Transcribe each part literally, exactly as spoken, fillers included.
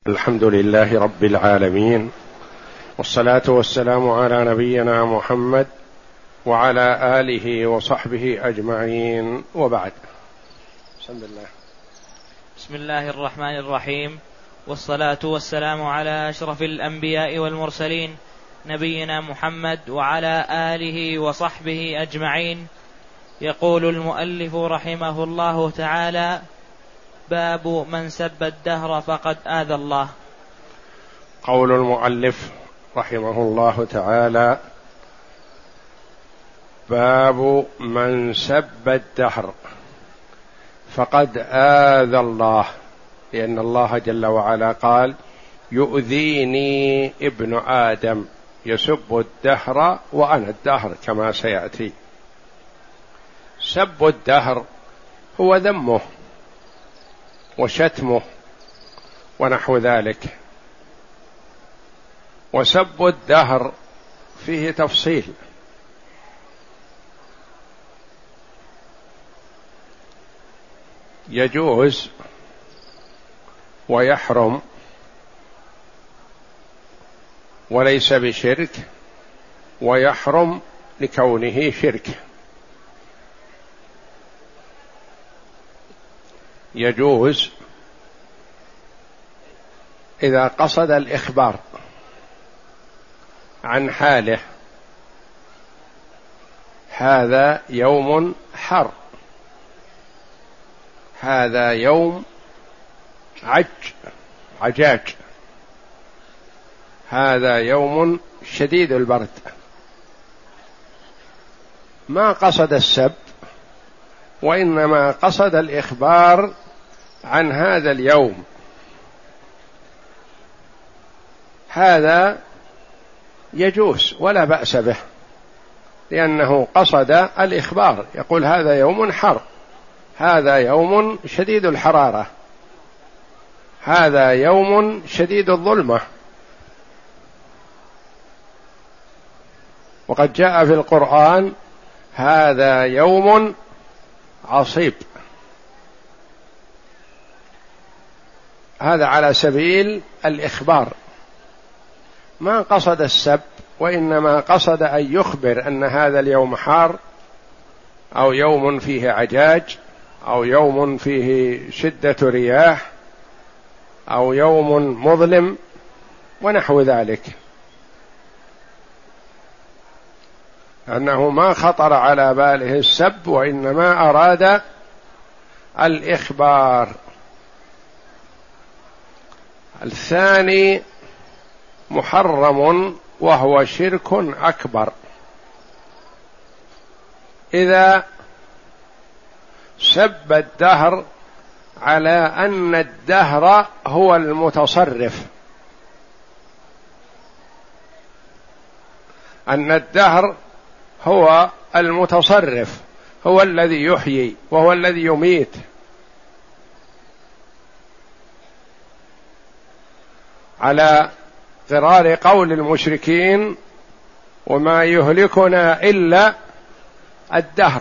الحمد لله رب العالمين، والصلاة والسلام على نبينا محمد وعلى آله وصحبه أجمعين، وبعد. بسم الله بسم الله الرحمن الرحيم، والصلاة والسلام على أشرف الأنبياء والمرسلين نبينا محمد وعلى آله وصحبه أجمعين. يقول المؤلف رحمه الله تعالى: باب من سب الدهر فقد آذى الله. قول المؤلف رحمه الله تعالى: باب من سب الدهر فقد آذى الله، لأن الله جل وعلا قال: يؤذيني ابن آدم يسب الدهر وأنا الدهر، كما سيأتي. سب الدهر هو ذمه وشتمه ونحو ذلك، وسب الدهر فيه تفصيل. يجوز ويحرم وليس بشرك، ويحرم لكونه شرك. يجوز إذا قصد الإخبار عن حاله: هذا يوم حر، هذا يوم عج عجاج، هذا يوم شديد البرد. ما قصد السب، وإنما قصد الإخبار عن هذا اليوم. هذا يجوز ولا بأس به، لأنه قصد الإخبار، يقول هذا يوم حر، هذا يوم شديد الحرارة، هذا يوم شديد الظلمة. وقد جاء في القرآن: هذا يوم عصيب. هذا على سبيل الإخبار، ما قصد السب، وإنما قصد أن يخبر أن هذا اليوم حار، أو يوم فيه عجاج، أو يوم فيه شدة رياح، أو يوم مظلم ونحو ذلك، أنه ما خطر على باله السب، وإنما أراد الإخبار. الثاني محرم وهو شرك أكبر، إذا سب الدهر على أن الدهر هو المتصرف، أن الدهر هو المتصرف، هو الذي يحيي وهو الذي يميت. على غرار قول المشركين: وما يهلكنا إلا الدهر.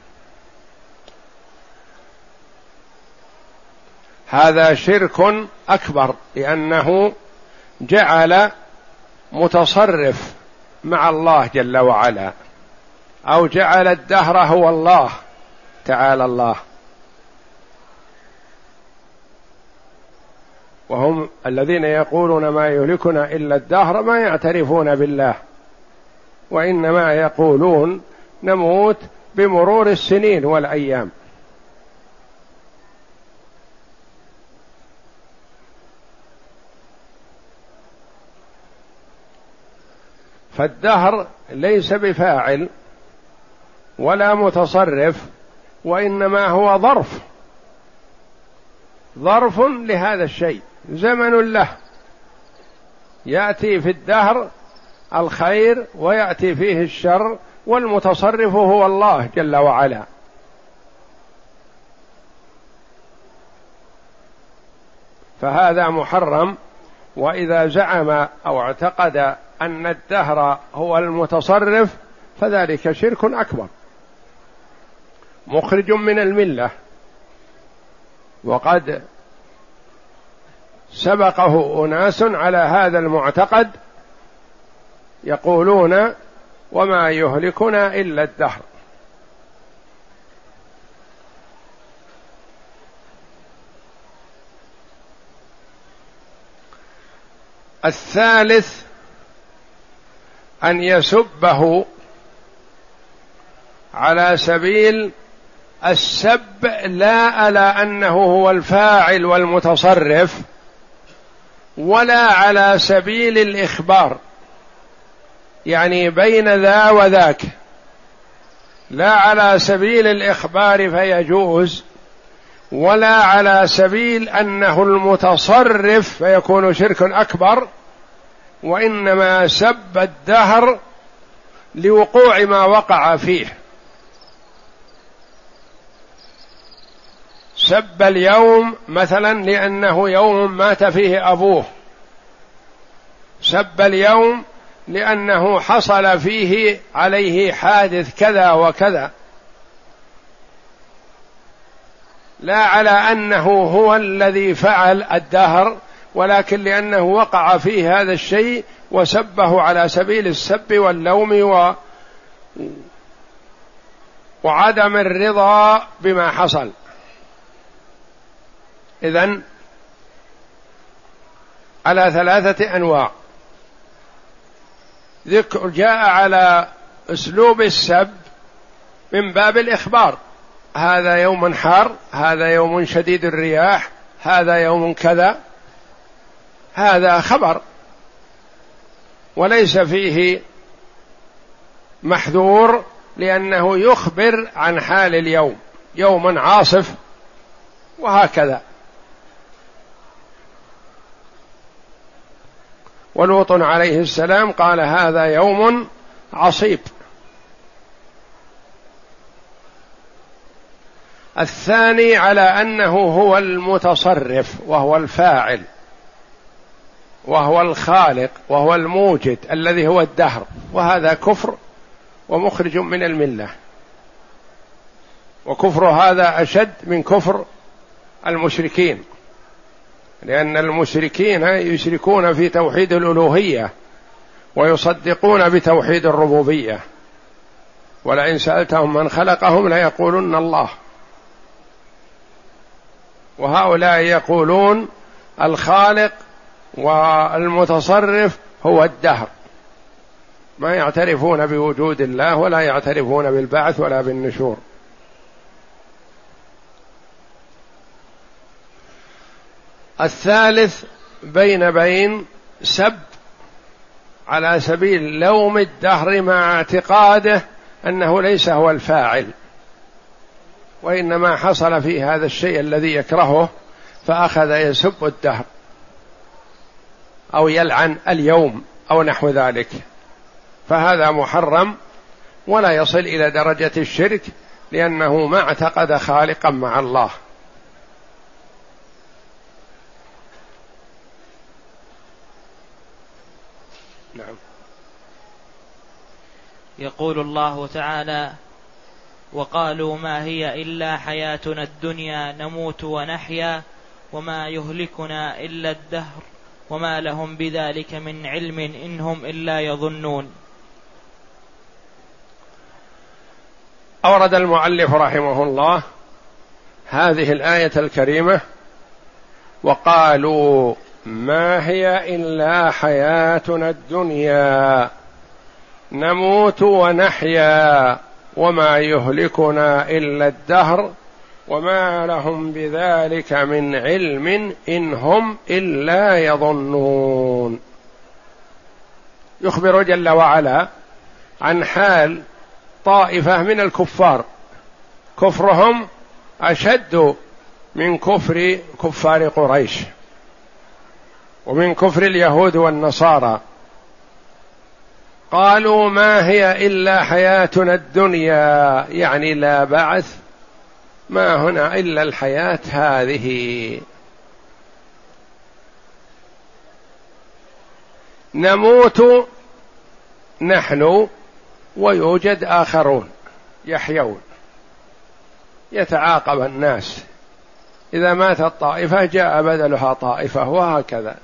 هذا شرك أكبر، لأنه جعل متصرف مع الله جل وعلا، أو جعل الدهر هو الله تعالى الله. وهم الذين يقولون ما يهلكنا إلا الدهر ما يعترفون بالله، وإنما يقولون نموت بمرور السنين والأيام. فالدهر ليس بفاعل ولا متصرف، وإنما هو ظرف ظرف لهذا الشيء، زمن له، يأتي في الدهر الخير ويأتي فيه الشر، والمتصرف هو الله جل وعلا. فهذا محرم. وإذا زعم أو اعتقد أن الدهر هو المتصرف فذلك شرك أكبر مخرج من الملة. وقد سبقه أناس على هذا المعتقد يقولون وما يهلكنا إلا الدهر. الثالث أن يسبه على سبيل السب، لا على أنه هو الفاعل والمتصرف، ولا على سبيل الإخبار، يعني بين ذا وذاك، لا على سبيل الإخبار فيجوز، ولا على سبيل أنه المتصرف فيكون شرك أكبر، وإنما سب الدهر لوقوع ما وقع فيه. سب اليوم مثلا لأنه يوم مات فيه أبوه، سب اليوم لأنه حصل فيه عليه حادث كذا وكذا، لا على أنه هو الذي فعل الدهر، ولكن لأنه وقع فيه هذا الشيء وسبه على سبيل السب واللوم و... وعدم الرضا بما حصل. إذن على ثلاثة أنواع، ذكر جاء على أسلوب السب من باب الإخبار، هذا يوم حار، هذا يوم شديد الرياح، هذا يوم كذا، هذا خبر وليس فيه محذور، لأنه يخبر عن حال اليوم، يوم عاصف وهكذا. ولوط عليه السلام قال هذا يوم عصيب. الثاني على أنه هو المتصرف وهو الفاعل وهو الخالق وهو الموجد الذي هو الدهر، وهذا كفر ومخرج من الملة، وكفر هذا أشد من كفر المشركين، لأن المشركين يشركون في توحيد الألوهية ويصدقون بتوحيد الربوبية، ولئن سألتهم من خلقهم ليقولن الله، وهؤلاء يقولون الخالق والمتصرف هو الدهر، ما يعترفون بوجود الله ولا يعترفون بالبعث ولا بالنشور. الثالث بين بين سب على سبيل لوم الدهر مع اعتقاده أنه ليس هو الفاعل، وإنما حصل فيه هذا الشيء الذي يكرهه فأخذ يسب الدهر أو يلعن اليوم أو نحو ذلك، فهذا محرم ولا يصل إلى درجة الشرك، لأنه ما اعتقد خالقا مع الله. نعم. يقول الله تعالى: وقالوا ما هي إلا حياتنا الدنيا نموت ونحيا وما يهلكنا إلا الدهر وما لهم بذلك من علم إن هم إلا يظنون. أورد المؤلف رحمه الله هذه الآية الكريمة: وقالوا ما هي إلا حياتنا الدنيا نموت ونحيا وما يهلكنا إلا الدهر وما لهم بذلك من علم إن هم إلا يظنون. يخبر جل وعلا عن حال طائفة من الكفار، كفرهم أشد من كفر كفار قريش ومن كفر اليهود والنصارى. قالوا ما هي إلا حياتنا الدنيا، يعني لا بعث، ما هنا إلا الحياة هذه، نموت نحن ويوجد آخرون يحيون، يتعاقب الناس، إذا ماتت طائفة جاء بدلها طائفة، وهكذا.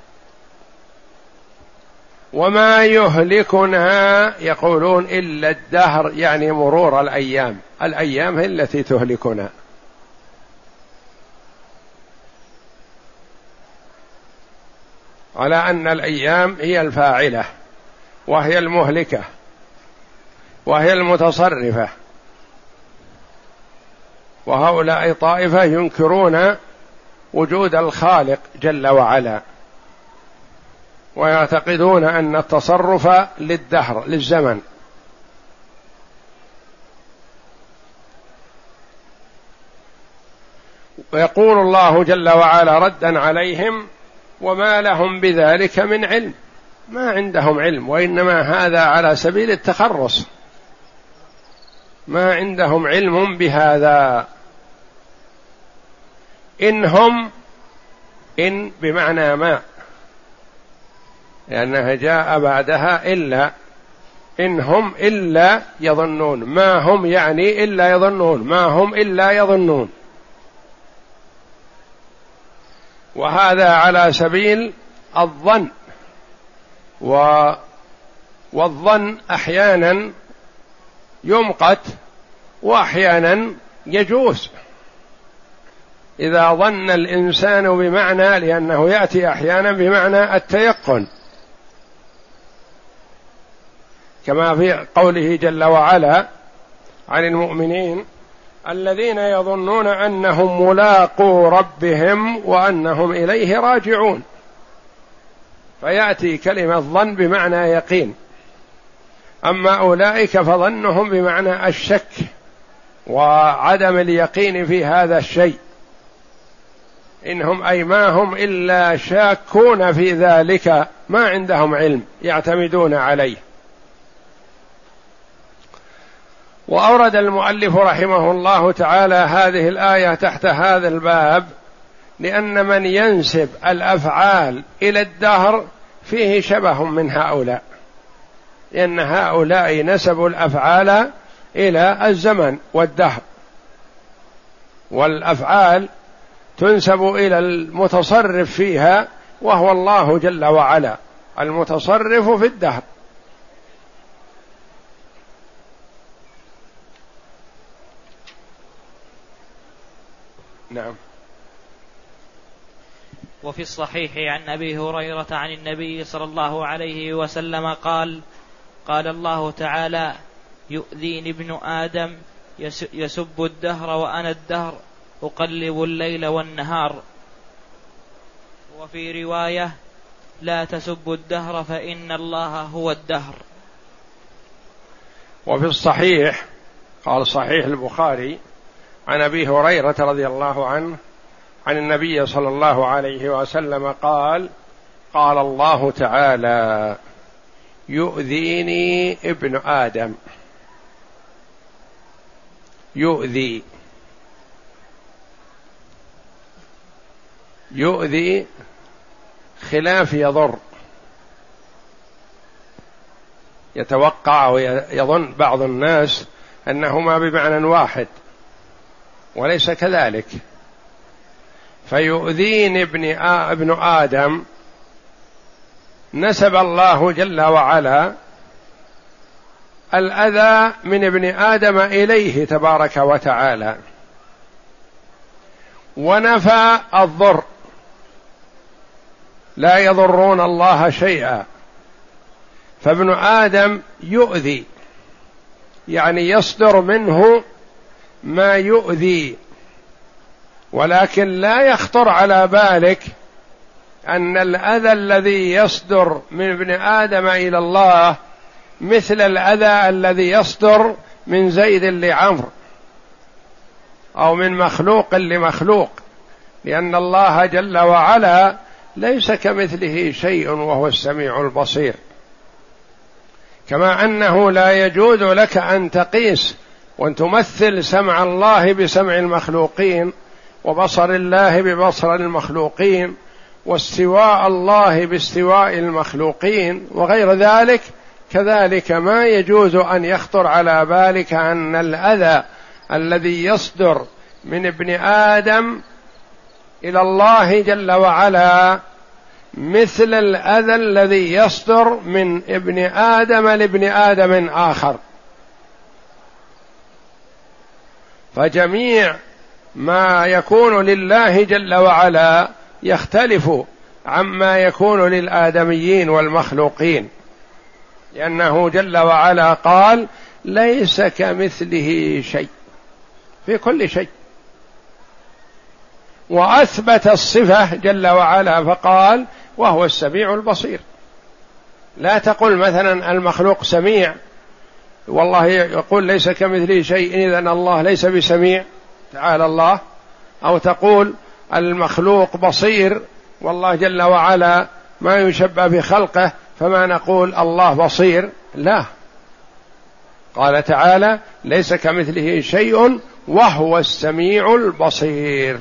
وما يهلكنا يقولون إلا الدهر، يعني مرور الأيام، الأيام هي التي تهلكنا. على أن الأيام هي الفاعلة وهي المهلكة وهي المتصرفة، وهؤلاء طائفة ينكرون وجود الخالق جل وعلا، ويعتقدون أن التصرف للدهر للزمن. ويقول الله جل وعلا ردا عليهم: وما لهم بذلك من علم، ما عندهم علم، وإنما هذا على سبيل التخرص، ما عندهم علم بهذا. إن هم، إن بمعنى ما، لأنها جاء بعدها إلا، إن هم إلا يظنون، ما هم يعني إلا يظنون، ما هم إلا يظنون، وهذا على سبيل الظن، و والظن أحيانا يمقت وأحيانا يجوز. إذا ظن الإنسان بمعنى، لأنه يأتي أحيانا بمعنى التيقن، كما في قوله جل وعلا عن المؤمنين: الذين يظنون أنهم ملاقو ربهم وأنهم إليه راجعون. فيأتي كلمة ظن بمعنى يقين، أما أولئك فظنهم بمعنى الشك وعدم اليقين في هذا الشيء، إنهم أي ما هم إلا شاكون في ذلك، ما عندهم علم يعتمدون عليه. وأورد المؤلف رحمه الله تعالى هذه الآية تحت هذا الباب، لأن من ينسب الأفعال إلى الدهر فيه شبه من هؤلاء، لأن هؤلاء نسبوا الأفعال إلى الزمن والدهر، والأفعال تنسب إلى المتصرف فيها وهو الله جل وعلا، المتصرف في الدهر. نعم. وفي الصحيح عن أبي هريرة عن النبي صلى الله عليه وسلم قال: قال الله تعالى: يؤذيني ابن آدم يسب الدهر وأنا الدهر أقلب الليل والنهار. وفي رواية: لا تسبوا الدهر فإن الله هو الدهر. وفي الصحيح، قال صحيح البخاري، عن أبي هريرة رضي الله عنه عن النبي صلى الله عليه وسلم قال: قال الله تعالى: يؤذيني ابن آدم. يؤذي، يؤذي خلاف يضر. يتوقع ويظن بعض الناس أنهما بمعنى واحد، وليس كذلك. فيؤذيني ابن ابن آدم نسب الله جل وعلا الأذى من ابن آدم إليه تبارك وتعالى، ونفى الضر، لا يضرون الله شيئا. فابن آدم يؤذي، يعني يصدر منه ما يؤذي، ولكن لا يخطر على بالك أن الأذى الذي يصدر من ابن آدم إلى الله مثل الأذى الذي يصدر من زيد لعمرو أو من مخلوق لمخلوق، لأن الله جل وعلا ليس كمثله شيء وهو السميع البصير. كما أنه لا يجوز لك أن تقيس وأن تمثل سمع الله بسمع المخلوقين، وبصر الله ببصر المخلوقين، واستواء الله باستواء المخلوقين وغير ذلك، كذلك ما يجوز أن يخطر على بالك أن الأذى الذي يصدر من ابن آدم إلى الله جل وعلا مثل الأذى الذي يصدر من ابن آدم لابن آدم آخر. فجميع ما يكون لله جل وعلا يختلف عما يكون للآدميين والمخلوقين، لأنه جل وعلا قال ليس كمثله شيء في كل شيء، وأثبت الصفة جل وعلا فقال وهو السميع البصير. لا تقل مثلا المخلوق سميع والله يقول ليس كمثله شيء إذن الله ليس بسميع تعالى الله، أو تقول المخلوق بصير والله جل وعلا ما يشبه بخلقه فما نقول الله بصير. لا، قال تعالى ليس كمثله شيء وهو السميع البصير.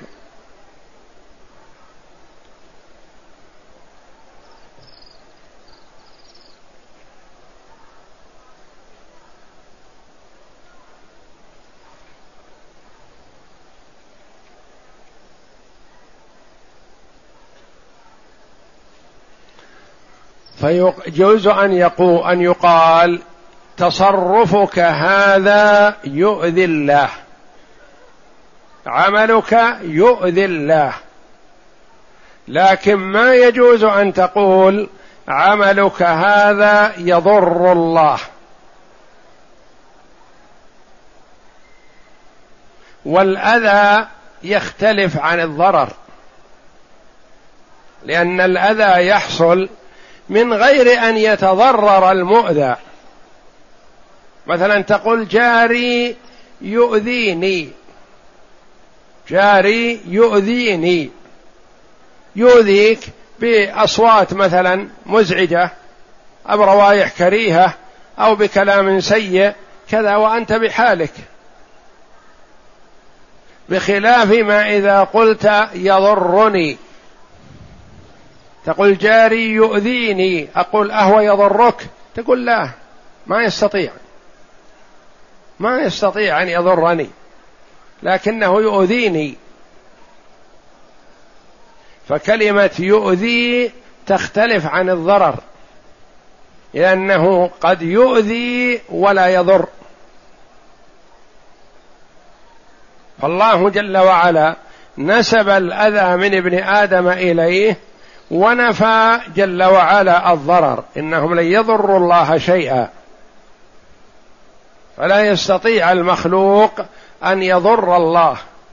فيجوز أن يقول أن يقال تصرفك هذا يؤذي الله، عملك يؤذي الله، لكن ما يجوز أن تقول عملك هذا يضر الله. والأذى يختلف عن الضرر، لأن الأذى يحصل من غير أن يتضرر المؤذى. مثلا تقول جاري يؤذيني، جاري يؤذيني، يؤذيك بأصوات مثلا مزعجة أو روايح كريهة أو بكلام سيء كذا وأنت بحالك، بخلاف ما إذا قلت يضرني. تقول جاري يؤذيني، أقول أهو يضرك؟ تقول لا، ما يستطيع ما يستطيع أن يضرني لكنه يؤذيني. فكلمة يؤذي تختلف عن الضرر، لأنه قد يؤذي ولا يضر. فالله جل وعلا نسب الأذى من ابن آدم إليه ونفى جل وعلا الضرر، إنهم لن يضروا الله شيئا، فلا يستطيع المخلوق أن يضر الله.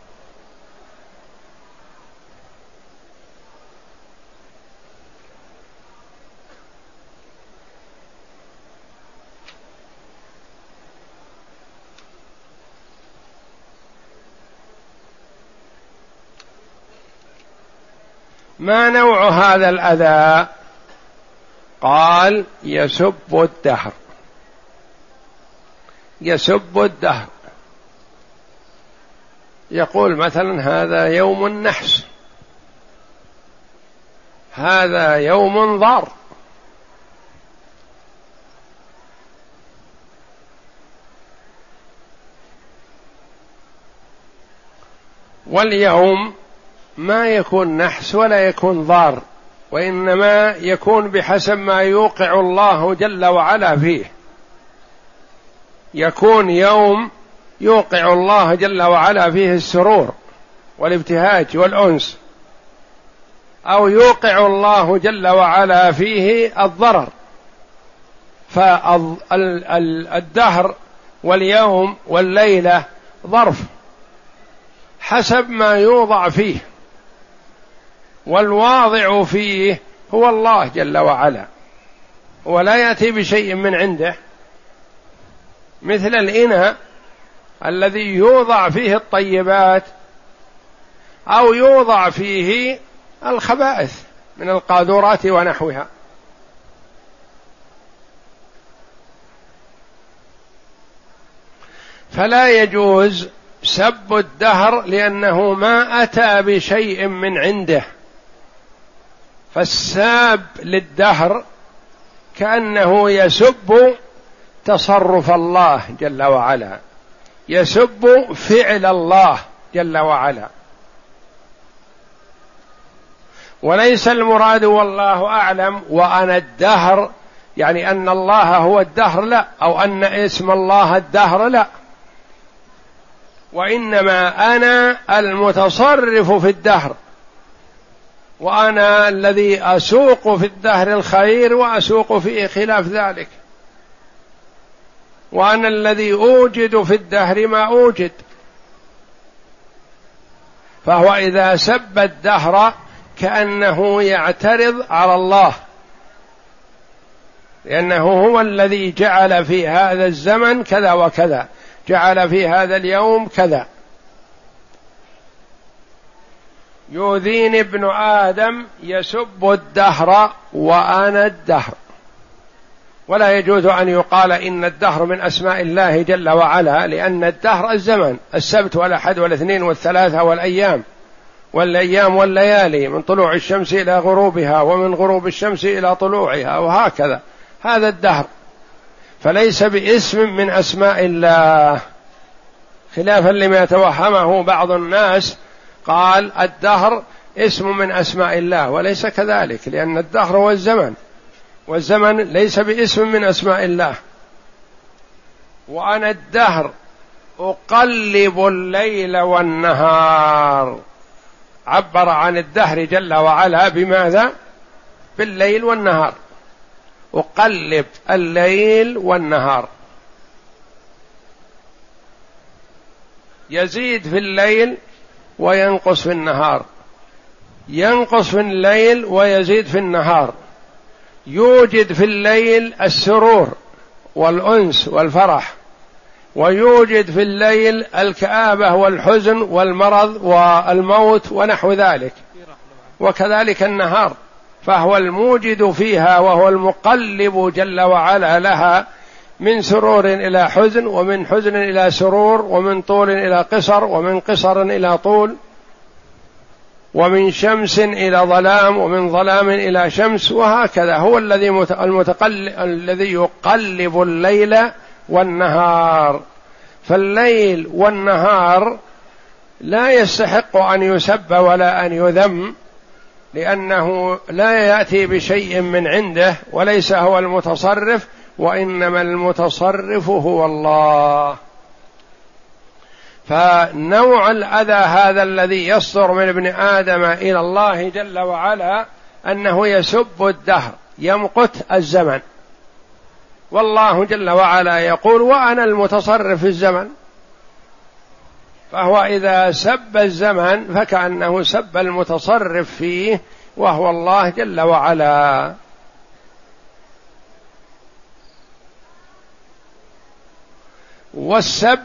ما نوع هذا الأذى؟ قال يسب الدهر، يسب الدهر، يقول مثلا هذا يوم النحس، هذا يوم ضار، واليوم ما يكون نحس ولا يكون ضار، وإنما يكون بحسب ما يوقع الله جل وعلا فيه. يكون يوم يوقع الله جل وعلا فيه السرور والابتهاج والأنس، أو يوقع الله جل وعلا فيه الضرر. فالدهر واليوم والليلة ظرف حسب ما يوضع فيه، والواضع فيه هو الله جل وعلا، ولا يأتي بشيء من عنده، مثل الإناء الذي يوضع فيه الطيبات أو يوضع فيه الخبائث من القاذورات ونحوها. فلا يجوز سب الدهر لأنه ما أتى بشيء من عنده، فالساب للدهر كأنه يسب تصرف الله جل وعلا، يسب فعل الله جل وعلا. وليس المراد والله أعلم وأنا الدهر يعني أن الله هو الدهر، لا، أو أن اسم الله الدهر، لا، وإنما أنا المتصرف في الدهر، وأنا الذي أسوق في الدهر الخير وأسوق فيه خلاف ذلك، وأنا الذي أوجد في الدهر ما أوجد. فهو إذا سب الدهر كأنه يعترض على الله، لأنه هو الذي جعل في هذا الزمن كذا وكذا، جعل في هذا اليوم كذا. يؤذيني ابن آدم يسب الدهر وأنا الدهر، ولا يجوز أن يقال إن الدهر من أسماء الله جل وعلا، لأن الدهر الزمن، السبت والأحد والاثنين والثلاثة والأيام والأيام والليالي، من طلوع الشمس إلى غروبها ومن غروب الشمس إلى طلوعها، وهكذا، هذا الدهر، فليس باسم من أسماء الله، خلافا لما يتوهمه بعض الناس، قال الدهر اسم من أسماء الله، وليس كذلك، لأن الدهر هو الزمن، والزمن ليس باسم من أسماء الله. وأنا الدهر أقلب الليل والنهار، عبر عن الدهر جل وعلا بماذا؟ بالليل والنهار، أقلب الليل والنهار، يزيد في الليل وينقص في النهار، ينقص في الليل ويزيد في النهار، يوجد في الليل السرور والأنس والفرح، ويوجد في الليل الكآبة والحزن والمرض والموت ونحو ذلك، وكذلك النهار، فهو الموجد فيها وهو المقلب جل وعلا لها، من سرور إلى حزن، ومن حزن إلى سرور، ومن طول إلى قصر، ومن قصر إلى طول، ومن شمس إلى ظلام، ومن ظلام إلى شمس، وهكذا. هو الذي المتقلب الذي يقلب الليل والنهار. فالليل والنهار لا يستحق أن يسب ولا أن يذم، لأنه لا يأتي بشيء من عنده، وليس هو المتصرف، وإنما المتصرف هو الله. فنوع الأذى هذا الذي يصدر من ابن آدم إلى الله جل وعلا أنه يسب الدهر، يمقت الزمن، والله جل وعلا يقول وأنا المتصرف في الزمن، فهو إذا سب الزمن فكأنه سب المتصرف فيه وهو الله جل وعلا. والسب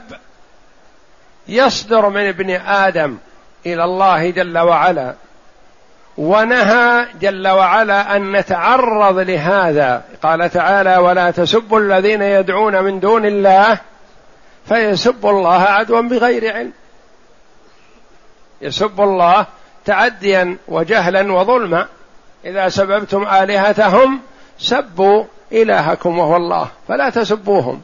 يصدر من ابن آدم إلى الله جل وعلا، ونهى جل وعلا أن نتعرض لهذا، قال تعالى ولا تسبوا الذين يدعون من دون الله فيسبوا الله عدوا بغير علم. يسب الله تعديا وجهلا وظلما، إذا سببتم آلهتهم سبوا إلهكم وهو الله فلا تسبوهم.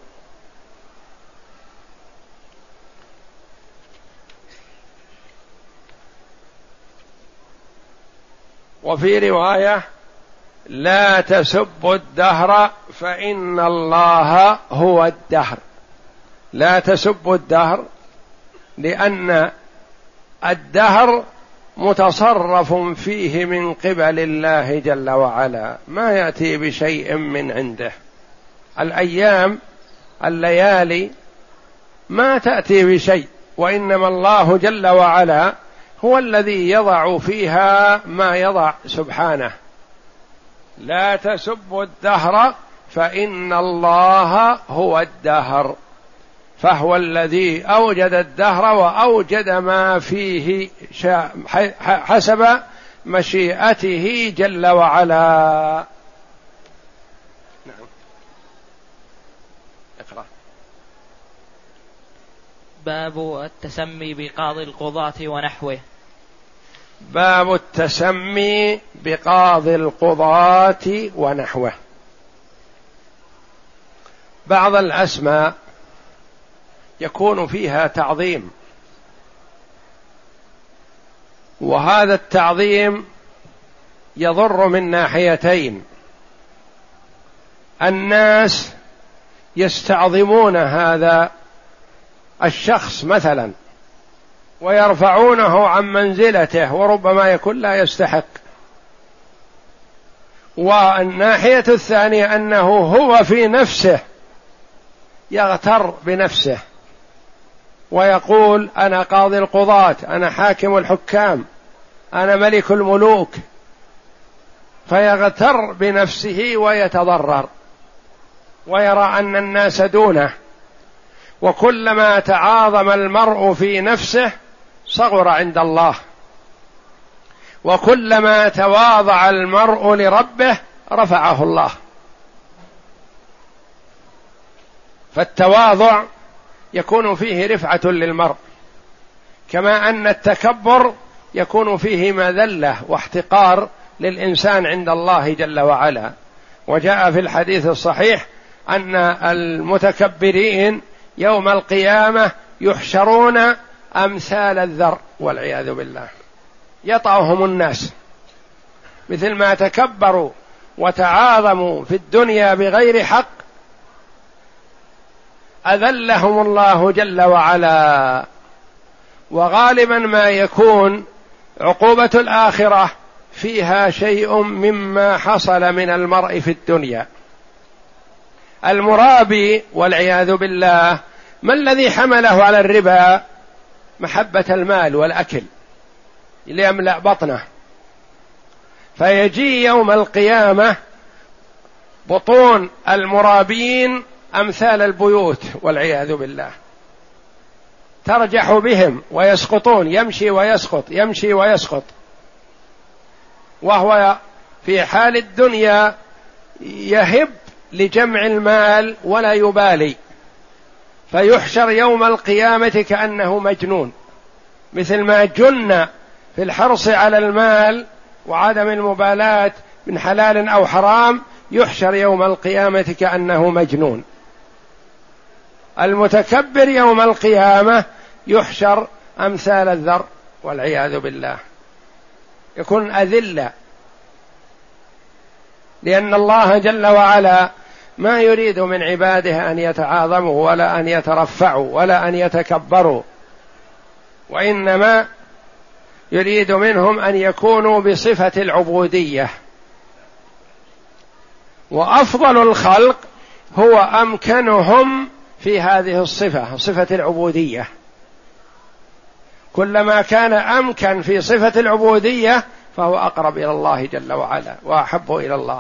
وفي رواية لا تسبوا الدهر فإن الله هو الدهر. لا تسبوا الدهر لأن الدهر متصرف فيه من قبل الله جل وعلا، ما يأتي بشيء من عنده. الأيام الليالي ما تأتي بشيء، وإنما الله جل وعلا هو الذي يضع فيها ما يضع سبحانه. لا تسبوا الدهر فإن الله هو الدهر، فهو الذي أوجد الدهر وأوجد ما فيه حسب مشيئته جل وعلا. نعم. اقرأ. باب التسمي بقاضي القضاة ونحوه. باب التسمي بقاضي القضاة ونحوه. بعض الأسماء يكون فيها تعظيم، وهذا التعظيم يضر من ناحيتين: الناس يستعظمون هذا الشخص مثلا ويرفعونه عن منزلته وربما يكون لا يستحق، والناحية الثانية أنه هو في نفسه يغتر بنفسه ويقول أنا قاضي القضاة، أنا حاكم الحكام، أنا ملك الملوك، فيغتر بنفسه ويتضرر ويرى أن الناس دونه. وكلما تعاظم المرء في نفسه صغر عند الله، وكلما تواضع المرء لربه رفعه الله. فالتواضع يكون فيه رفعة للمرء، كما أن التكبر يكون فيه مذلة واحتقار للإنسان عند الله جل وعلا. وجاء في الحديث الصحيح أن المتكبرين يوم القيامة يحشرون أمثال الذر والعياذ بالله، يطأهم الناس مثل ما تكبروا وتعاظموا في الدنيا بغير حق، أذلهم الله جل وعلا. وغالبا ما يكون عقوبة الآخرة فيها شيء مما حصل من المرء في الدنيا. المرابي والعياذ بالله ما الذي حمله على الربا؟ محبة المال والأكل ليملأ بطنه، فيجي يوم القيامة بطون المرابين أمثال البيوت والعياذ بالله، ترجح بهم ويسقطون، يمشي ويسقط يمشي ويسقط، وهو في حال الدنيا يهب لجمع المال ولا يبالي، فيحشر يوم القيامة كأنه مجنون، مثل ما جن في الحرص على المال وعدم المبالاة من حلال أو حرام، يحشر يوم القيامة كأنه مجنون. المتكبر يوم القيامة يحشر أمثال الذر والعياذ بالله، يكون أذلة، لأن الله جل وعلا ما يريد من عباده أن يتعاظموا ولا أن يترفعوا ولا أن يتكبروا، وإنما يريد منهم أن يكونوا بصفة العبودية. وأفضل الخلق هو أمكنهم في هذه الصفة، صفة العبودية. كلما كان أمكن في صفة العبودية فهو أقرب إلى الله جل وعلا وأحب إلى الله،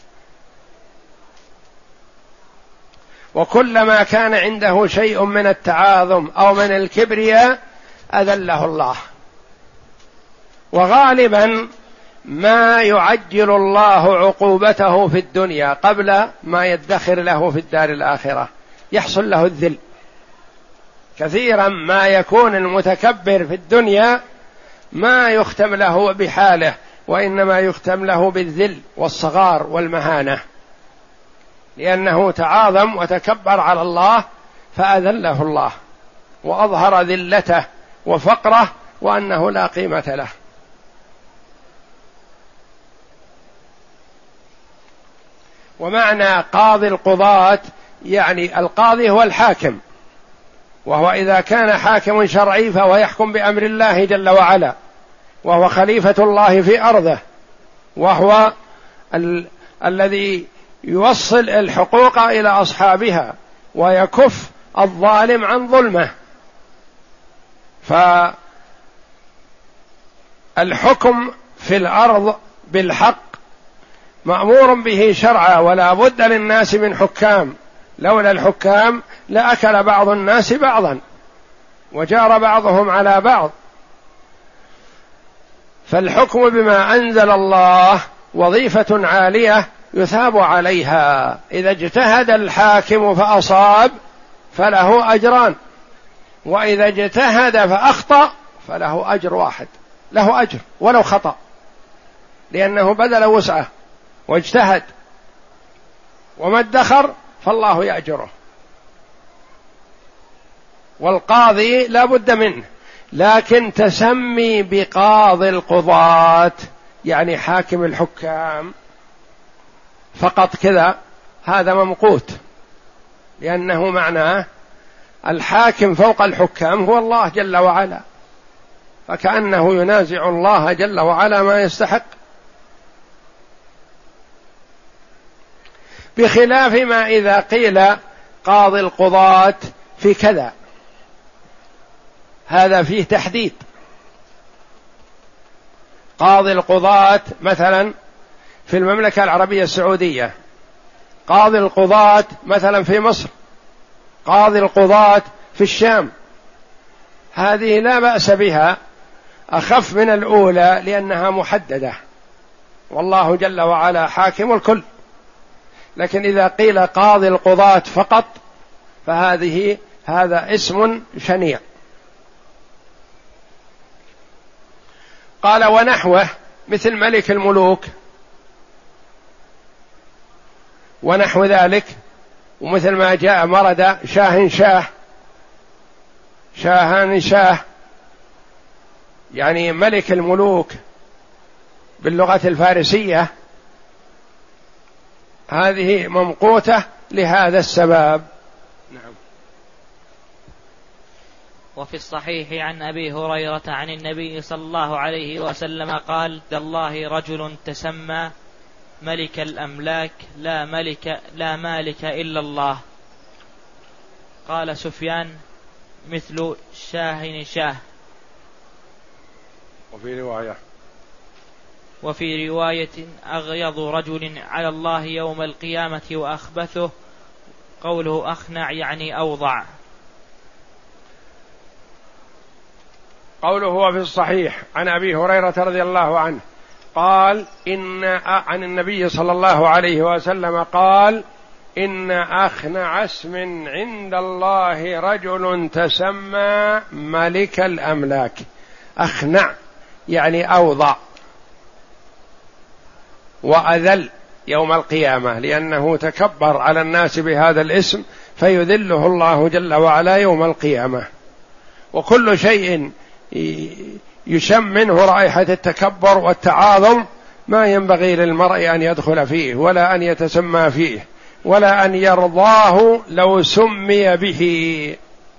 وكلما كان عنده شيء من التعاظم أو من الكبرياء أذله الله. وغالبا ما يعجل الله عقوبته في الدنيا قبل ما يدخر له في الدار الآخرة، يحصل له الذل. كثيرا ما يكون المتكبر في الدنيا ما يختم له بحاله، وإنما يختم له بالذل والصغار والمهانة، لأنه تعاظم وتكبر على الله فأذله الله وأظهر ذلته وفقره وأنه لا قيمة له. ومعنى قاضي القضاة يعني القاضي هو الحاكم، وهو إذا كان حاكم شرعي فهو يحكم بأمر الله جل وعلا، وهو خليفة الله في أرضه، وهو ال... الذي يوصل الحقوق إلى أصحابها ويكف الظالم عن ظلمه. فالحكم في الأرض بالحق مأمور به شرعا، ولا بد للناس من حكام، لولا الحكام لأكل بعض الناس بعضا وجار بعضهم على بعض. فالحكم بما أنزل الله وظيفة عالية يثاب عليها. إذا اجتهد الحاكم فأصاب فله أجران، وإذا اجتهد فأخطأ فله أجر واحد، له أجر ولو خطأ، لأنه بذل وسعه واجتهد، وما ادخر فالله يأجره. والقاضي لا بد منه، لكن تسمي بقاضي القضاة يعني حاكم الحكام فقط كذا، هذا ممقوت، لأنه معناه الحاكم فوق الحكام هو الله جل وعلا، فكأنه ينازع الله جل وعلا ما يستحق. بخلاف ما إذا قيل قاضي القضاة في كذا، هذا فيه تحديد. قاضي القضاة مثلا في المملكة العربية السعودية، قاضي القضاة مثلا في مصر، قاضي القضاة في الشام، هذه لا بأس بها، أخف من الأولى لأنها محددة، والله جل وعلا حاكم الكل. لكن إذا قيل قاضي القضاة فقط فهذه هذا اسم شنيع. قال ونحوه مثل ملك الملوك ونحو ذلك، ومثل ما جاء مرد شاه شاه شاهان شاه، يعني ملك الملوك باللغة الفارسية، هذه ممقوتة لهذا السبب. نعم. وفي الصحيح عن أبي هريرة عن النبي صلى الله عليه وسلم قال: الله رجل تسمى ملك الأملاك لا ملك لا مالك إلا الله. قال سفيان: مثل شاه شاه. وفي رواية وفي رواية: أغيض رجل على الله يوم القيامة وأخبثه. قوله أخنع يعني أوضع. قوله هو في الصحيح عن أبي هريرة رضي الله عنه قال إن عن النبي صلى الله عليه وسلم قال: إن أخنع اسم عند الله رجل تسمى ملك الأملاك. أخنع يعني أوضع وأذل يوم القيامة، لأنه تكبر على الناس بهذا الاسم فيذله الله جل وعلا يوم القيامة. وكل شيء يشم منه رائحة التكبر والتعاظم ما ينبغي للمرء أن يدخل فيه ولا أن يتسمى فيه ولا أن يرضاه لو سمي به.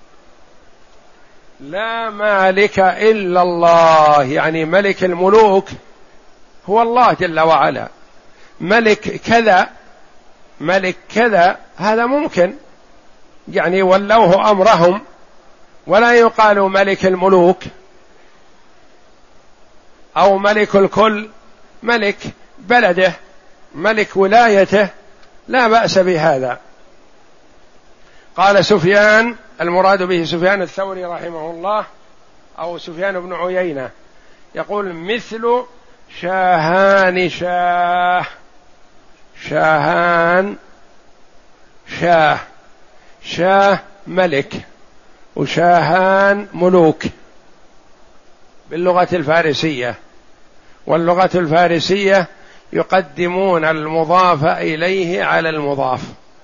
لا مالك إلا الله، يعني ملك الملوك هو الله جل وعلا. ملك كذا ملك كذا هذا ممكن، يعني ولوه أمرهم، ولا يقال ملك الملوك أو ملك الكل، ملك بلده، ملك ولايته، لا بأس بهذا. قال سفيان، المراد به سفيان الثوري رحمه الله أو سفيان بن عيينة، يقول: مثل شاهان شاه. شاهان شاه، شاه ملك وشاهان ملوك باللغة الفارسية، واللغة الفارسية يقدمون المضاف إليه على المضاف.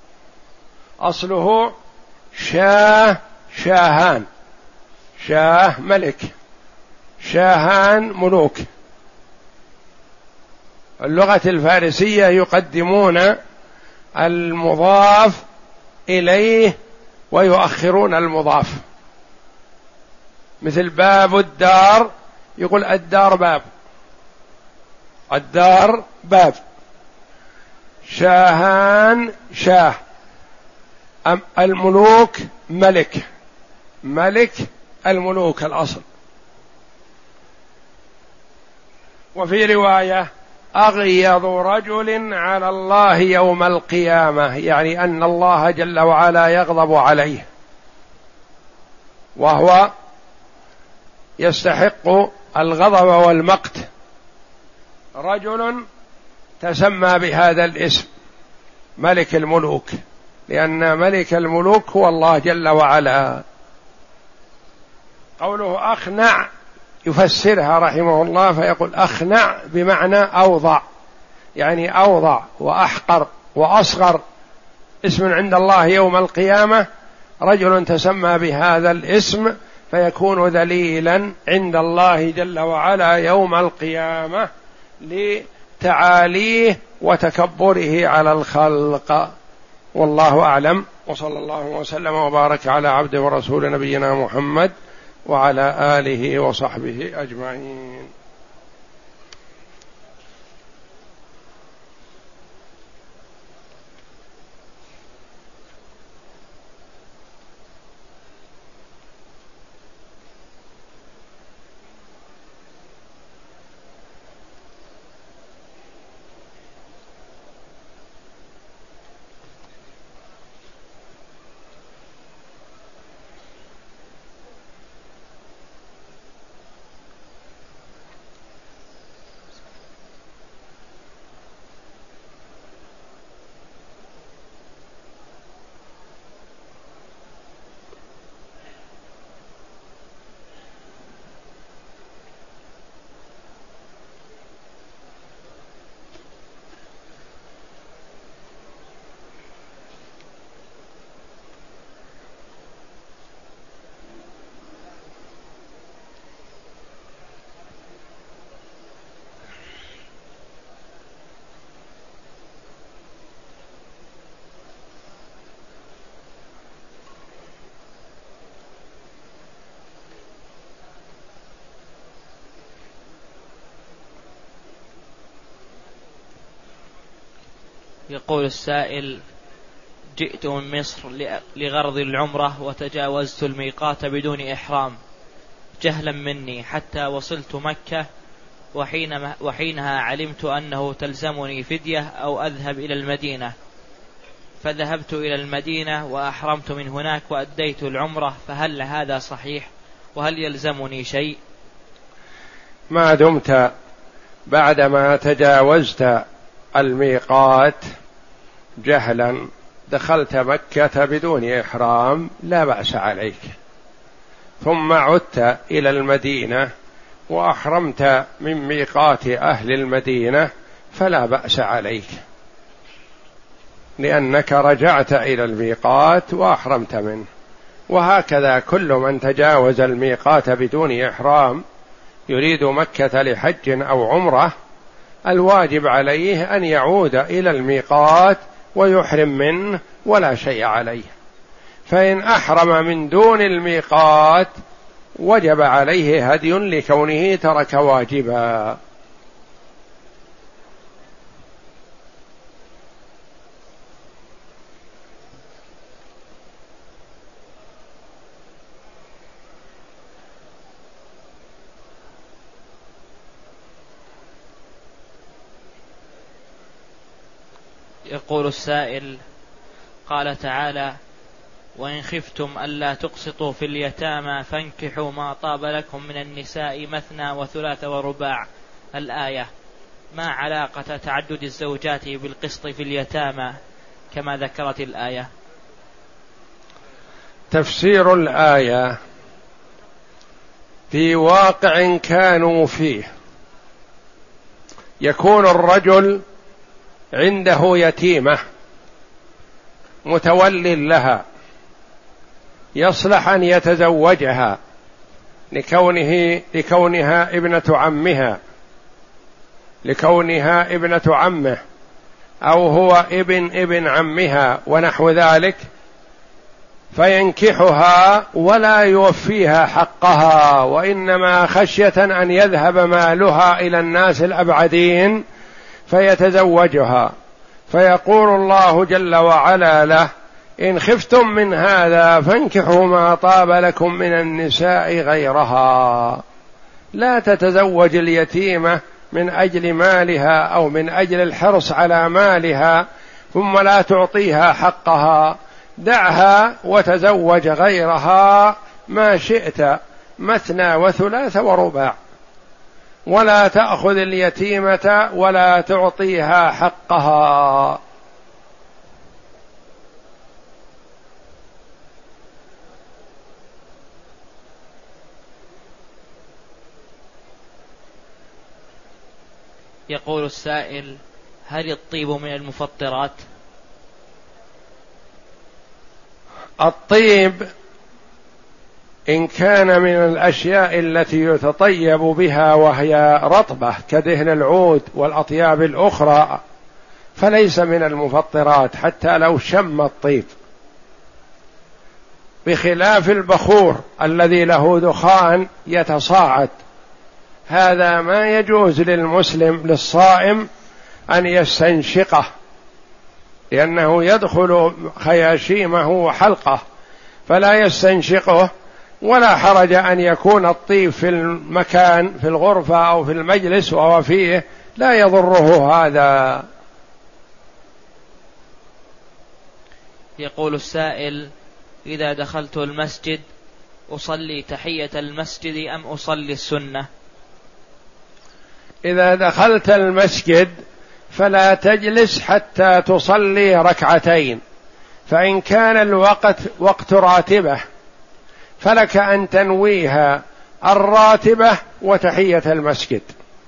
أصله شاه شاهان، شاه ملك، شاهان ملوك. اللغة الفارسية يقدمون المضاف إليه ويؤخرون المضاف، مثل باب الدار يقول الدار باب، الدار باب. شاهان شاه، الملوك ملك، ملك الملوك الأصل. وفي رواية: أغيض رجل على الله يوم القيامة، يعني أن الله جل وعلا يغضب عليه وهو يستحق الغضب والمقت. رجل تسمى بهذا الاسم ملك الملوك، لأن ملك الملوك هو الله جل وعلا. قوله أخنع يفسرها رحمه الله فيقول: أخنع بمعنى أوضع، يعني أوضع وأحقر وأصغر اسم عند الله يوم القيامة. رجل تسمى بهذا الاسم فيكون ذليلا عند الله جل وعلا يوم القيامة، لتعاليه وتكبره على الخلق. والله أعلم، وصلى الله وسلم وبارك على عبده ورسول نبينا محمد وعلى آله وصحبه أجمعين. يقول السائل: جئت من مصر لغرض العمرة وتجاوزت الميقات بدون إحرام جهلا مني حتى وصلت مكة، وحينها علمت أنه تلزمني فدية أو أذهب إلى المدينة، فذهبت إلى المدينة وأحرمت من هناك وأديت العمرة، فهل هذا صحيح؟ وهل يلزمني شيء؟ ما دمت بعدما تجاوزت الميقات جهلا دخلت مكة بدون إحرام لا بأس عليك، ثم عدت إلى المدينة وأحرمت من ميقات أهل المدينة فلا بأس عليك، لأنك رجعت إلى الميقات وأحرمت منه. وهكذا كل من تجاوز الميقات بدون إحرام يريد مكة لحج أو عمرة الواجب عليه أن يعود إلى الميقات ويحرم منه ولا شيء عليه. فإن أحرم من دون الميقات وجب عليه هدي لكونه ترك واجبا. يقول السائل: قال تعالى: وإن خفتم ألا تقسطوا في اليتامى فانكحوا ما طاب لكم من النساء مثنى وثلاث ورباع، الآية، ما علاقة تعدد الزوجات بالقسط في اليتامى كما ذكرت الآية؟ تفسير الآية: في واقع كانوا فيه يكون الرجل عنده يتيمة متول لها يصلح أن يتزوجها لكونه لكونها ابنة عمها، لكونها ابنة عمه، أو هو ابن ابن عمها ونحو ذلك، فينكحها ولا يوفيها حقها، وإنما خشية أن يذهب مالها إلى الناس الأبعدين فيتزوجها، فيقول الله جل وعلا له: إن خفتم من هذا فانكحوا ما طاب لكم من النساء غيرها. لا تتزوج اليتيمة من أجل مالها أو من أجل الحرص على مالها ثم لا تعطيها حقها، دعها وتزوج غيرها ما شئت، مثنى وثلاث ورباع، ولا تأخذ اليتيمة ولا تعطيها حقها. يقول السائل: هل الطيب من المفطرات؟ الطيب إن كان من الأشياء التي يتطيب بها وهي رطبة كدهن العود والأطياب الأخرى فليس من المفطرات حتى لو شم الطيب، بخلاف البخور الذي له دخان يتصاعد، هذا ما يجوز للمسلم للصائم أن يستنشقه لأنه يدخل خياشيمه وحلقه فلا يستنشقه، ولا حرج أن يكون الطيب في المكان في الغرفة أو في المجلس وهو فيه لا يضره هذا. يقول السائل: إذا دخلت المسجد أصلي تحية المسجد أم أصلي السنة؟ إذا دخلت المسجد فلا تجلس حتى تصلي ركعتين، فإن كان الوقت وقت راتبة فلك أن تنويها الراتبة وتحية المسجد،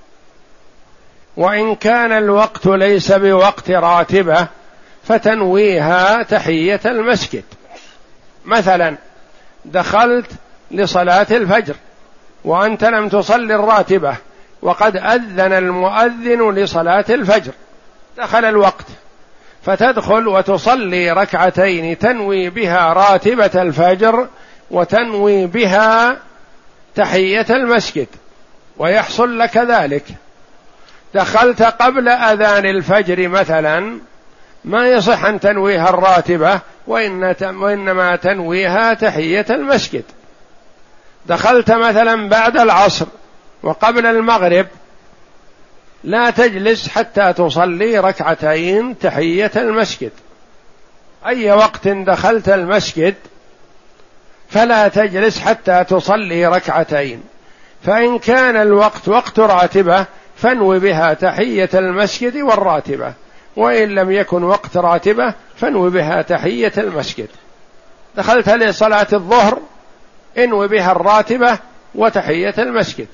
وإن كان الوقت ليس بوقت راتبة فتنويها تحية المسجد. مثلا دخلت لصلاة الفجر وأنت لم تصلي الراتبة وقد أذن المؤذن لصلاة الفجر، دخل الوقت فتدخل وتصلي ركعتين تنوي بها راتبة الفجر وتنوي بها تحية المسجد ويحصل لك ذلك. دخلت قبل أذان الفجر مثلا ما يصح أن تنويها الراتبة وإنما تنويها تحية المسجد. دخلت مثلا بعد العصر وقبل المغرب لا تجلس حتى تصلي ركعتين تحية المسجد. أي وقت دخلت المسجد فلا تجلس حتى تصلي ركعتين، فإن كان الوقت وقت راتبة فانوي بها تحية المسجد والراتبة، وإن لم يكن وقت راتبة فانوي بها تحية المسجد. دخلت لصلاة الظهر انوي بها الراتبة وتحية المسجد.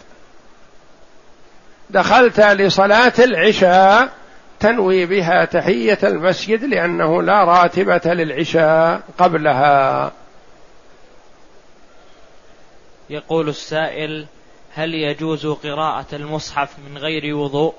دخلت لصلاة العشاء تنوي بها تحية المسجد لأنه لا راتبة للعشاء قبلها. يقول السائل: هل يجوز قراءة المصحف من غير وضوء؟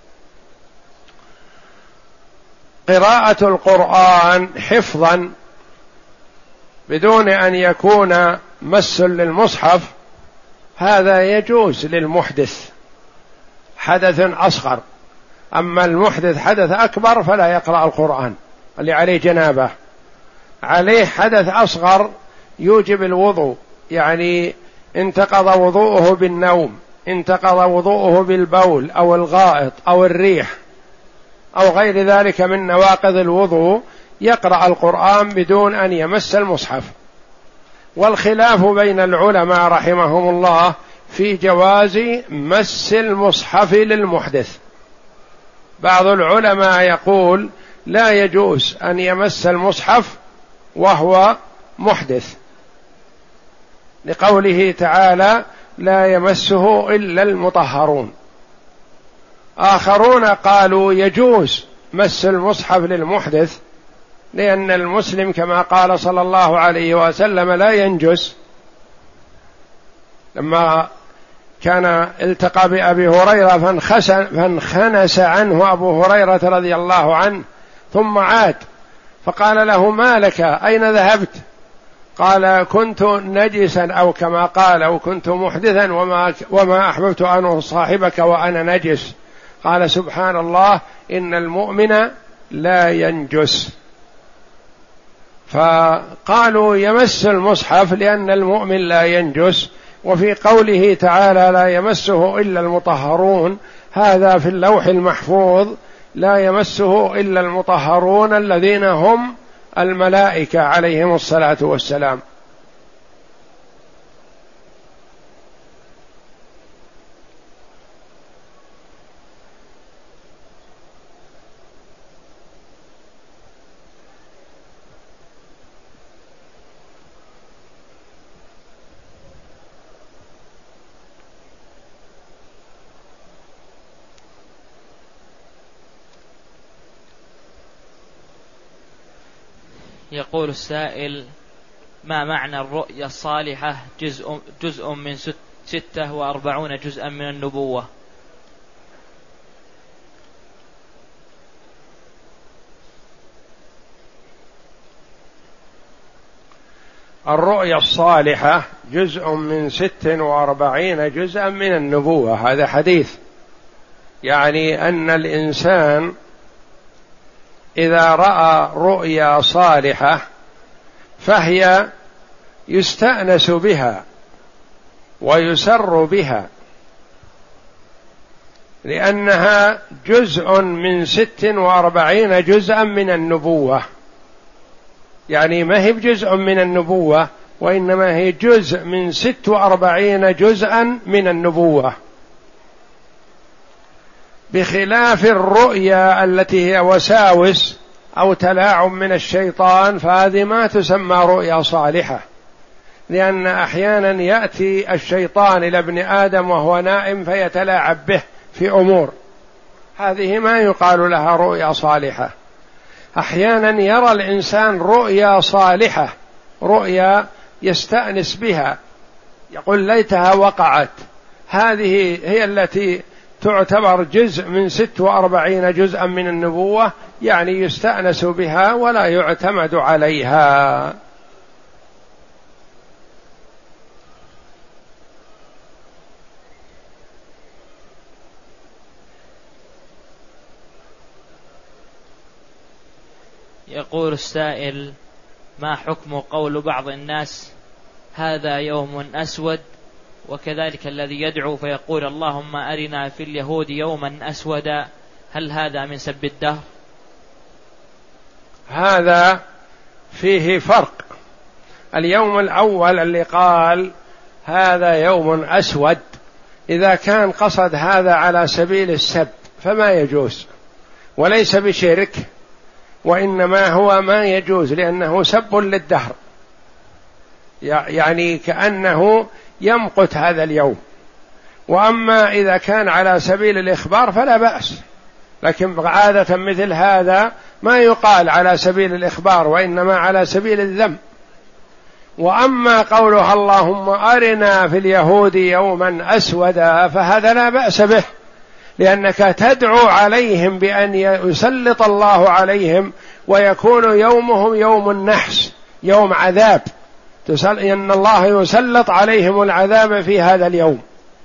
قراءة القرآن حفظا بدون أن يكون مس للمصحف هذا يجوز للمحدث حدث أصغر، أما المحدث حدث أكبر فلا يقرأ القرآن، اللي عليه جنابه. عليه حدث أصغر يوجب الوضوء، يعني انتقض وضوءه بالنوم، انتقض وضوءه بالبول أو الغائط أو الريح أو غير ذلك من نواقض الوضوء، يقرأ القرآن بدون أن يمس المصحف. والخلاف بين العلماء رحمهم الله في جواز مس المصحف للمحدث. بعض العلماء يقول لا يجوز أن يمس المصحف وهو محدث، لقوله تعالى: لا يمسه إلا المطهرون. آخرون قالوا يجوز مس المصحف للمحدث، لأن المسلم كما قال صلى الله عليه وسلم لا ينجس. لما كان التقى بأبي هريرة فانخنس عنه أبو هريرة رضي الله عنه ثم عاد فقال له: ما لك؟ أين ذهبت؟ قال: كنت نجسا، أو كما قال: أو كنت محدثا وما, وما أحببت أن أصاحبك وأنا نجس. قال: سبحان الله، إن المؤمن لا ينجس. فقالوا يمس المصحف لأن المؤمن لا ينجس. وفي قوله تعالى: لا يمسه إلا المطهرون، هذا في اللوح المحفوظ، لا يمسه إلا المطهرون الذين هم الملائكة عليهم الصلاة والسلام. يقول السائل: ما معنى الرؤيا الصالحة جزء, جزء من ست ستة وأربعون جزءا من النبوة؟ الرؤيا الصالحة جزء من ست وأربعين جزءا من النبوة، هذا حديث، يعني أن الإنسان إذا رأى رؤيا صالحة فهي يستأنس بها ويسر بها، لأنها جزء من ست وأربعين جزءا من النبوة، يعني ما هي بجزء من النبوة وإنما هي جزء من ست وأربعين جزءا من النبوة، بخلاف الرؤيا التي هي وساوس أو تلاعب من الشيطان، فهذه ما تسمى رؤيا صالحة، لأن أحيانا يأتي الشيطان إلى ابن آدم وهو نائم فيتلاعب به في أمور، هذه ما يقال لها رؤيا صالحة. أحيانا يرى الإنسان رؤيا صالحة، رؤيا يستأنس بها، يقول ليتها وقعت، هذه هي التي تعتبر جزء من ست وأربعين جزءا من النبوة، يعني يستأنس بها ولا يعتمد عليها. يقول السائل: ما حكم قول بعض الناس هذا يوم أسود، وكذلك الذي يدعو فيقول اللهم أرنا في اليهود يوما أسودا، هل هذا من سب الدهر؟ هذا فيه فرق. اليوم الأول اللي قال هذا يوم أسود، إذا كان قصد هذا على سبيل السب فما يجوز وليس بشرك، وإنما هو ما يجوز لأنه سب للدهر، يعني كأنه يمقت هذا اليوم. وأما إذا كان على سبيل الإخبار فلا بأس، لكن عادة مثل هذا ما يقال على سبيل الإخبار وإنما على سبيل الذم. وأما قولها اللهم أرنا في اليهود يوما أسودا فهذا لا بأس به، لأنك تدعو عليهم بأن يسلط الله عليهم ويكون يومهم يوم النحس، يوم عذاب، إن الله يسلط عليهم العذاب في هذا اليوم.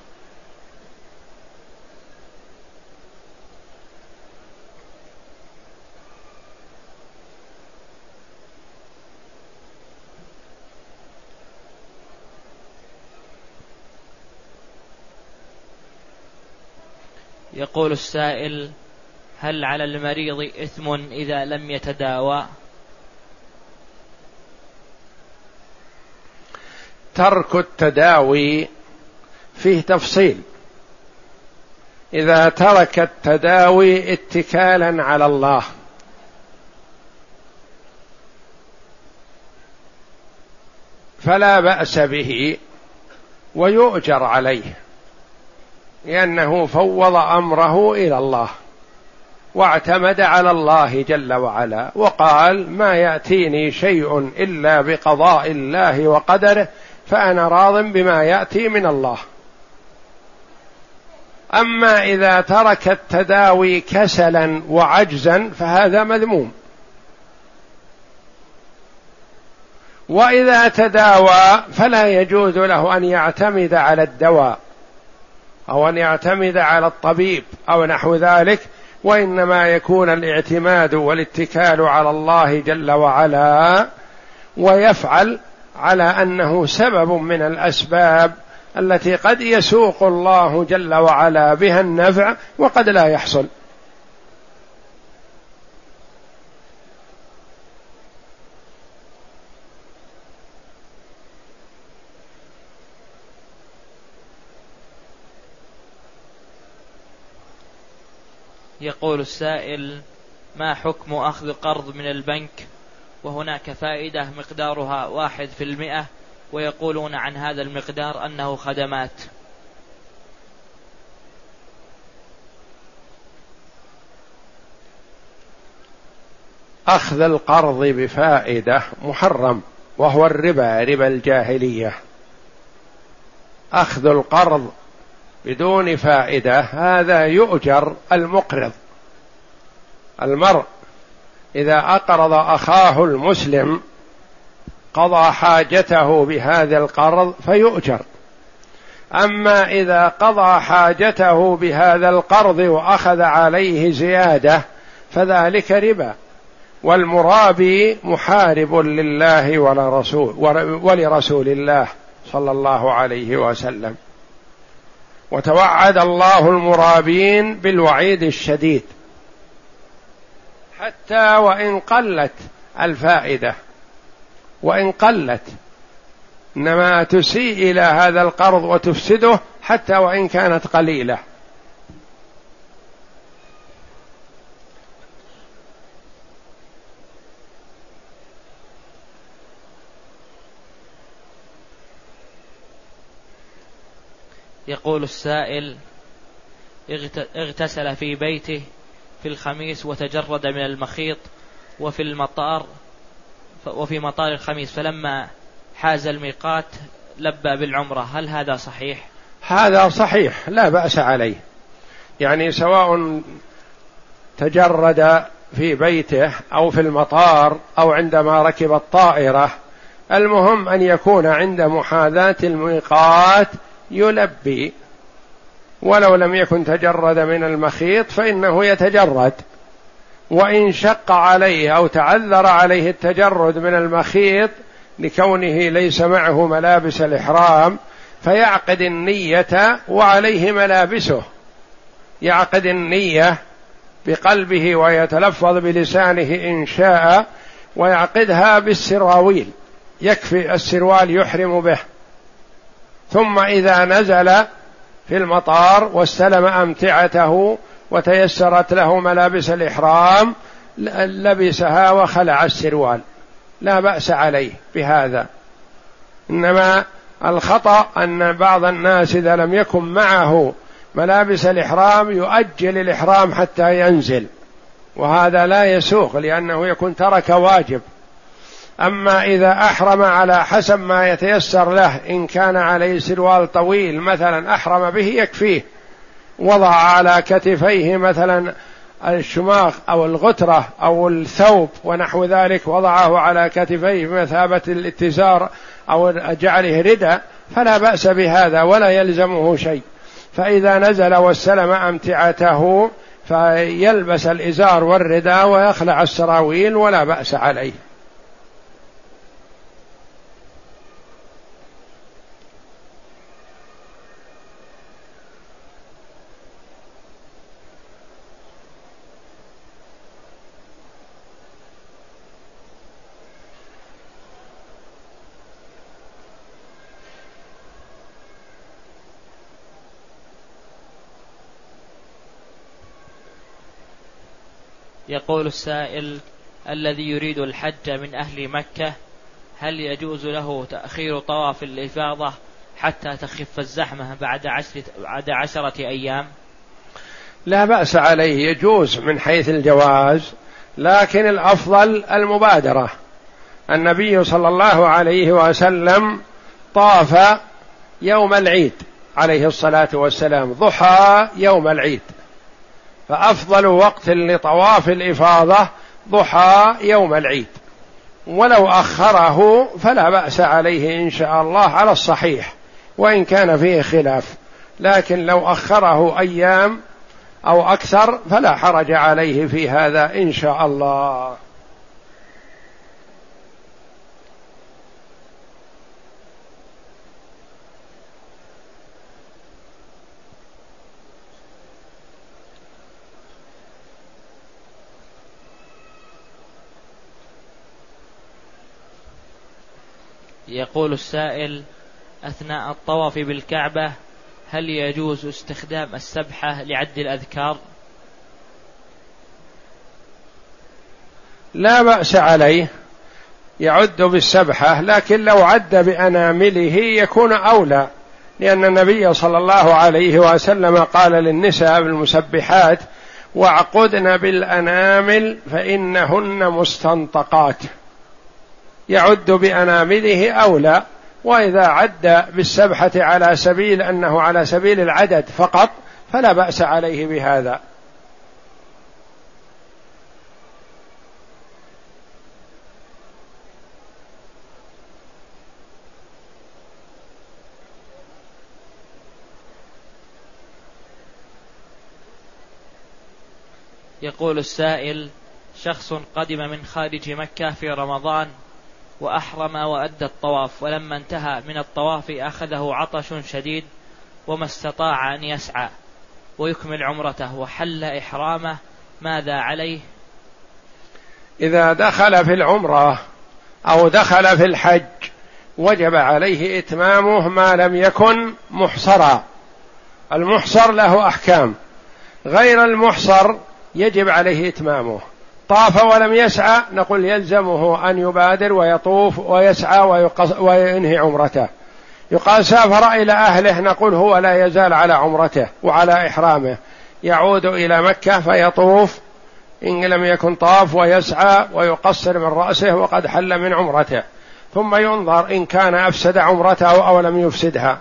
يقول السائل: هل على المريض إثم إذا لم يتداوى؟ ترك التداوي فيه تفصيل. إذا ترك التداوي اتكالا على الله فلا بأس به ويؤجر عليه، لأنه فوض أمره إلى الله واعتمد على الله جل وعلا، وقال ما يأتيني شيء إلا بقضاء الله وقدره فأنا راض بما يأتي من الله. أما إذا ترك التداوي كسلا وعجزا فهذا مذموم. وإذا تداوى فلا يجوز له أن يعتمد على الدواء أو أن يعتمد على الطبيب أو نحو ذلك، وإنما يكون الاعتماد والاتكال على الله جل وعلا، ويفعل على أنه سبب من الأسباب التي قد يسوق الله جل وعلا بها النفع وقد لا يحصل. يقول السائل: ما حكم أخذ قرض من البنك وهناك فائدة مقدارها واحد في المئة ويقولون عن هذا المقدار أنه خدمات؟ أخذ القرض بفائدة محرم وهو الربا، ربا الجاهلية، أخذ القرض بدون فائدة، هذا يؤجر المقرض. المرء إذا أقرض أخاه المسلم قضى حاجته بهذا القرض فيؤجر، أما إذا قضى حاجته بهذا القرض وأخذ عليه زيادة فذلك ربا، والمرابي محارب لله ولرسول ولرسول الله صلى الله عليه وسلم. وتوعد الله المرابين بالوعيد الشديد حتى وإن قلت الفائدة، وإن قلت، إنما تسيء إلى هذا القرض وتفسده حتى وإن كانت قليلة. يقول السائل: اغتسل في بيته في الخميس وتجرد من المخيط وفي المطار وفي مطار الخميس، فلما حاز الميقات لبى بالعمرة، هل هذا صحيح؟ هذا صحيح، لا بأس عليه، يعني سواء تجرد في بيته أو في المطار أو عندما ركب الطائرة، المهم أن يكون عند محاذاة الميقات يلبي، ولو لم يكن تجرد من المخيط فإنه يتجرد، وإن شق عليه أو تعذر عليه التجرد من المخيط لكونه ليس معه ملابس الإحرام فيعقد النية وعليه ملابسه، يعقد النية بقلبه ويتلفظ بلسانه إن شاء، ويعقدها بالسراويل، يكفي السروال يحرم به، ثم إذا نزل في المطار واستلم أمتعته وتيسرت له ملابس الإحرام لبسها وخلع السروال، لا بأس عليه بهذا. إنما الخطأ أن بعض الناس إذا لم يكن معه ملابس الإحرام يؤجل الإحرام حتى ينزل، وهذا لا يسوغ لأنه يكون ترك واجب. أما إذا أحرم على حسب ما يتيسر له، إن كان عليه سروال طويل مثلا أحرم به يكفيه، وضع على كتفيه مثلا الشماغ أو الغترة أو الثوب ونحو ذلك، وضعه على كتفيه بمثابة الاتزار أو جعله رداء، فلا بأس بهذا ولا يلزمه شيء. فإذا نزل واستلم أمتعته فيلبس الإزار والرداء ويخلع السراويل ولا بأس عليه. يقول السائل: الذي يريد الحج من أهل مكة هل يجوز له تأخير طواف الإفاضة حتى تخف الزحمة بعد عشرة, بعد عشرة أيام؟ لا بأس عليه، يجوز من حيث الجواز، لكن الأفضل المبادرة. النبي صلى الله عليه وسلم طاف يوم العيد عليه الصلاة والسلام، ضحى يوم العيد، فأفضل وقت لطواف الإفاضة ضحى يوم العيد، ولو أخره فلا بأس عليه إن شاء الله على الصحيح، وإن كان فيه خلاف، لكن لو أخره أيام أو أكثر فلا حرج عليه في هذا إن شاء الله. يقول السائل: أثناء الطواف بالكعبة هل يجوز استخدام السبحة لعد الأذكار؟ لا بأس عليه، يعد بالسبحة، لكن لو عد بأنامله يكون أولى، لأن النبي صلى الله عليه وسلم قال للنساء بالمسبحات: واعقدن بالأنامل فإنهن مستنطقات. يعد بأنامله أو لا، وإذا عد بالسبحة على سبيل أنه على سبيل العدد فقط فلا بأس عليه بهذا. يقول السائل: شخص قدم من خارج مكة في رمضان وأحرم وأدى الطواف، ولما انتهى من الطواف أخذه عطش شديد وما استطاع أن يسعى ويكمل عمرته وحل إحرامه، ماذا عليه؟ إذا دخل في العمرة أو دخل في الحج وجب عليه إتمامه ما لم يكن محصرا. المحصر له أحكام، غير المحصر يجب عليه إتمامه. طاف ولم يسعى نقول يلزمه أن يبادر ويطوف ويسعى وينهي عمرته. يقال سافر إلى أهله نقول هو لا يزال على عمرته وعلى إحرامه، يعود إلى مكة فيطوف إن لم يكن طاف ويسعى ويقصر من رأسه وقد حل من عمرته، ثم ينظر إن كان أفسد عمرته أو لم يفسدها.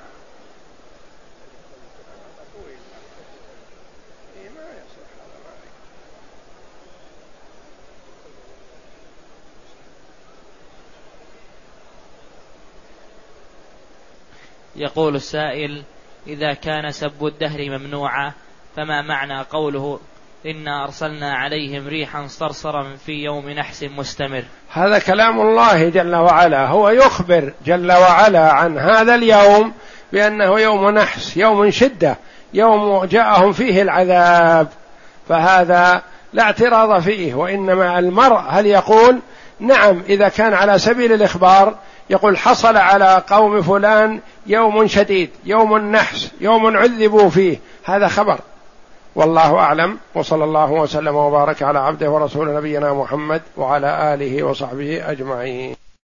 يقول السائل: إذا كان سب الدهر ممنوعا فما معنى قوله إنا أرسلنا عليهم ريحا صرصرا في يوم نحس مستمر؟ هذا كلام الله جل وعلا، هو يخبر جل وعلا عن هذا اليوم بأنه يوم نحس، يوم شدة، يوم جاءهم فيه العذاب، فهذا لا اعتراض فيه. وإنما المرء هل يقول نعم إذا كان على سبيل الإخبار يقول حصل على قوم فلان يوم شديد، يوم النحس، يوم عذبوا فيه، هذا خبر. والله أعلم، وصلى الله وسلم وبارك على عبده ورسول نبينا محمد وعلى آله وصحبه أجمعين.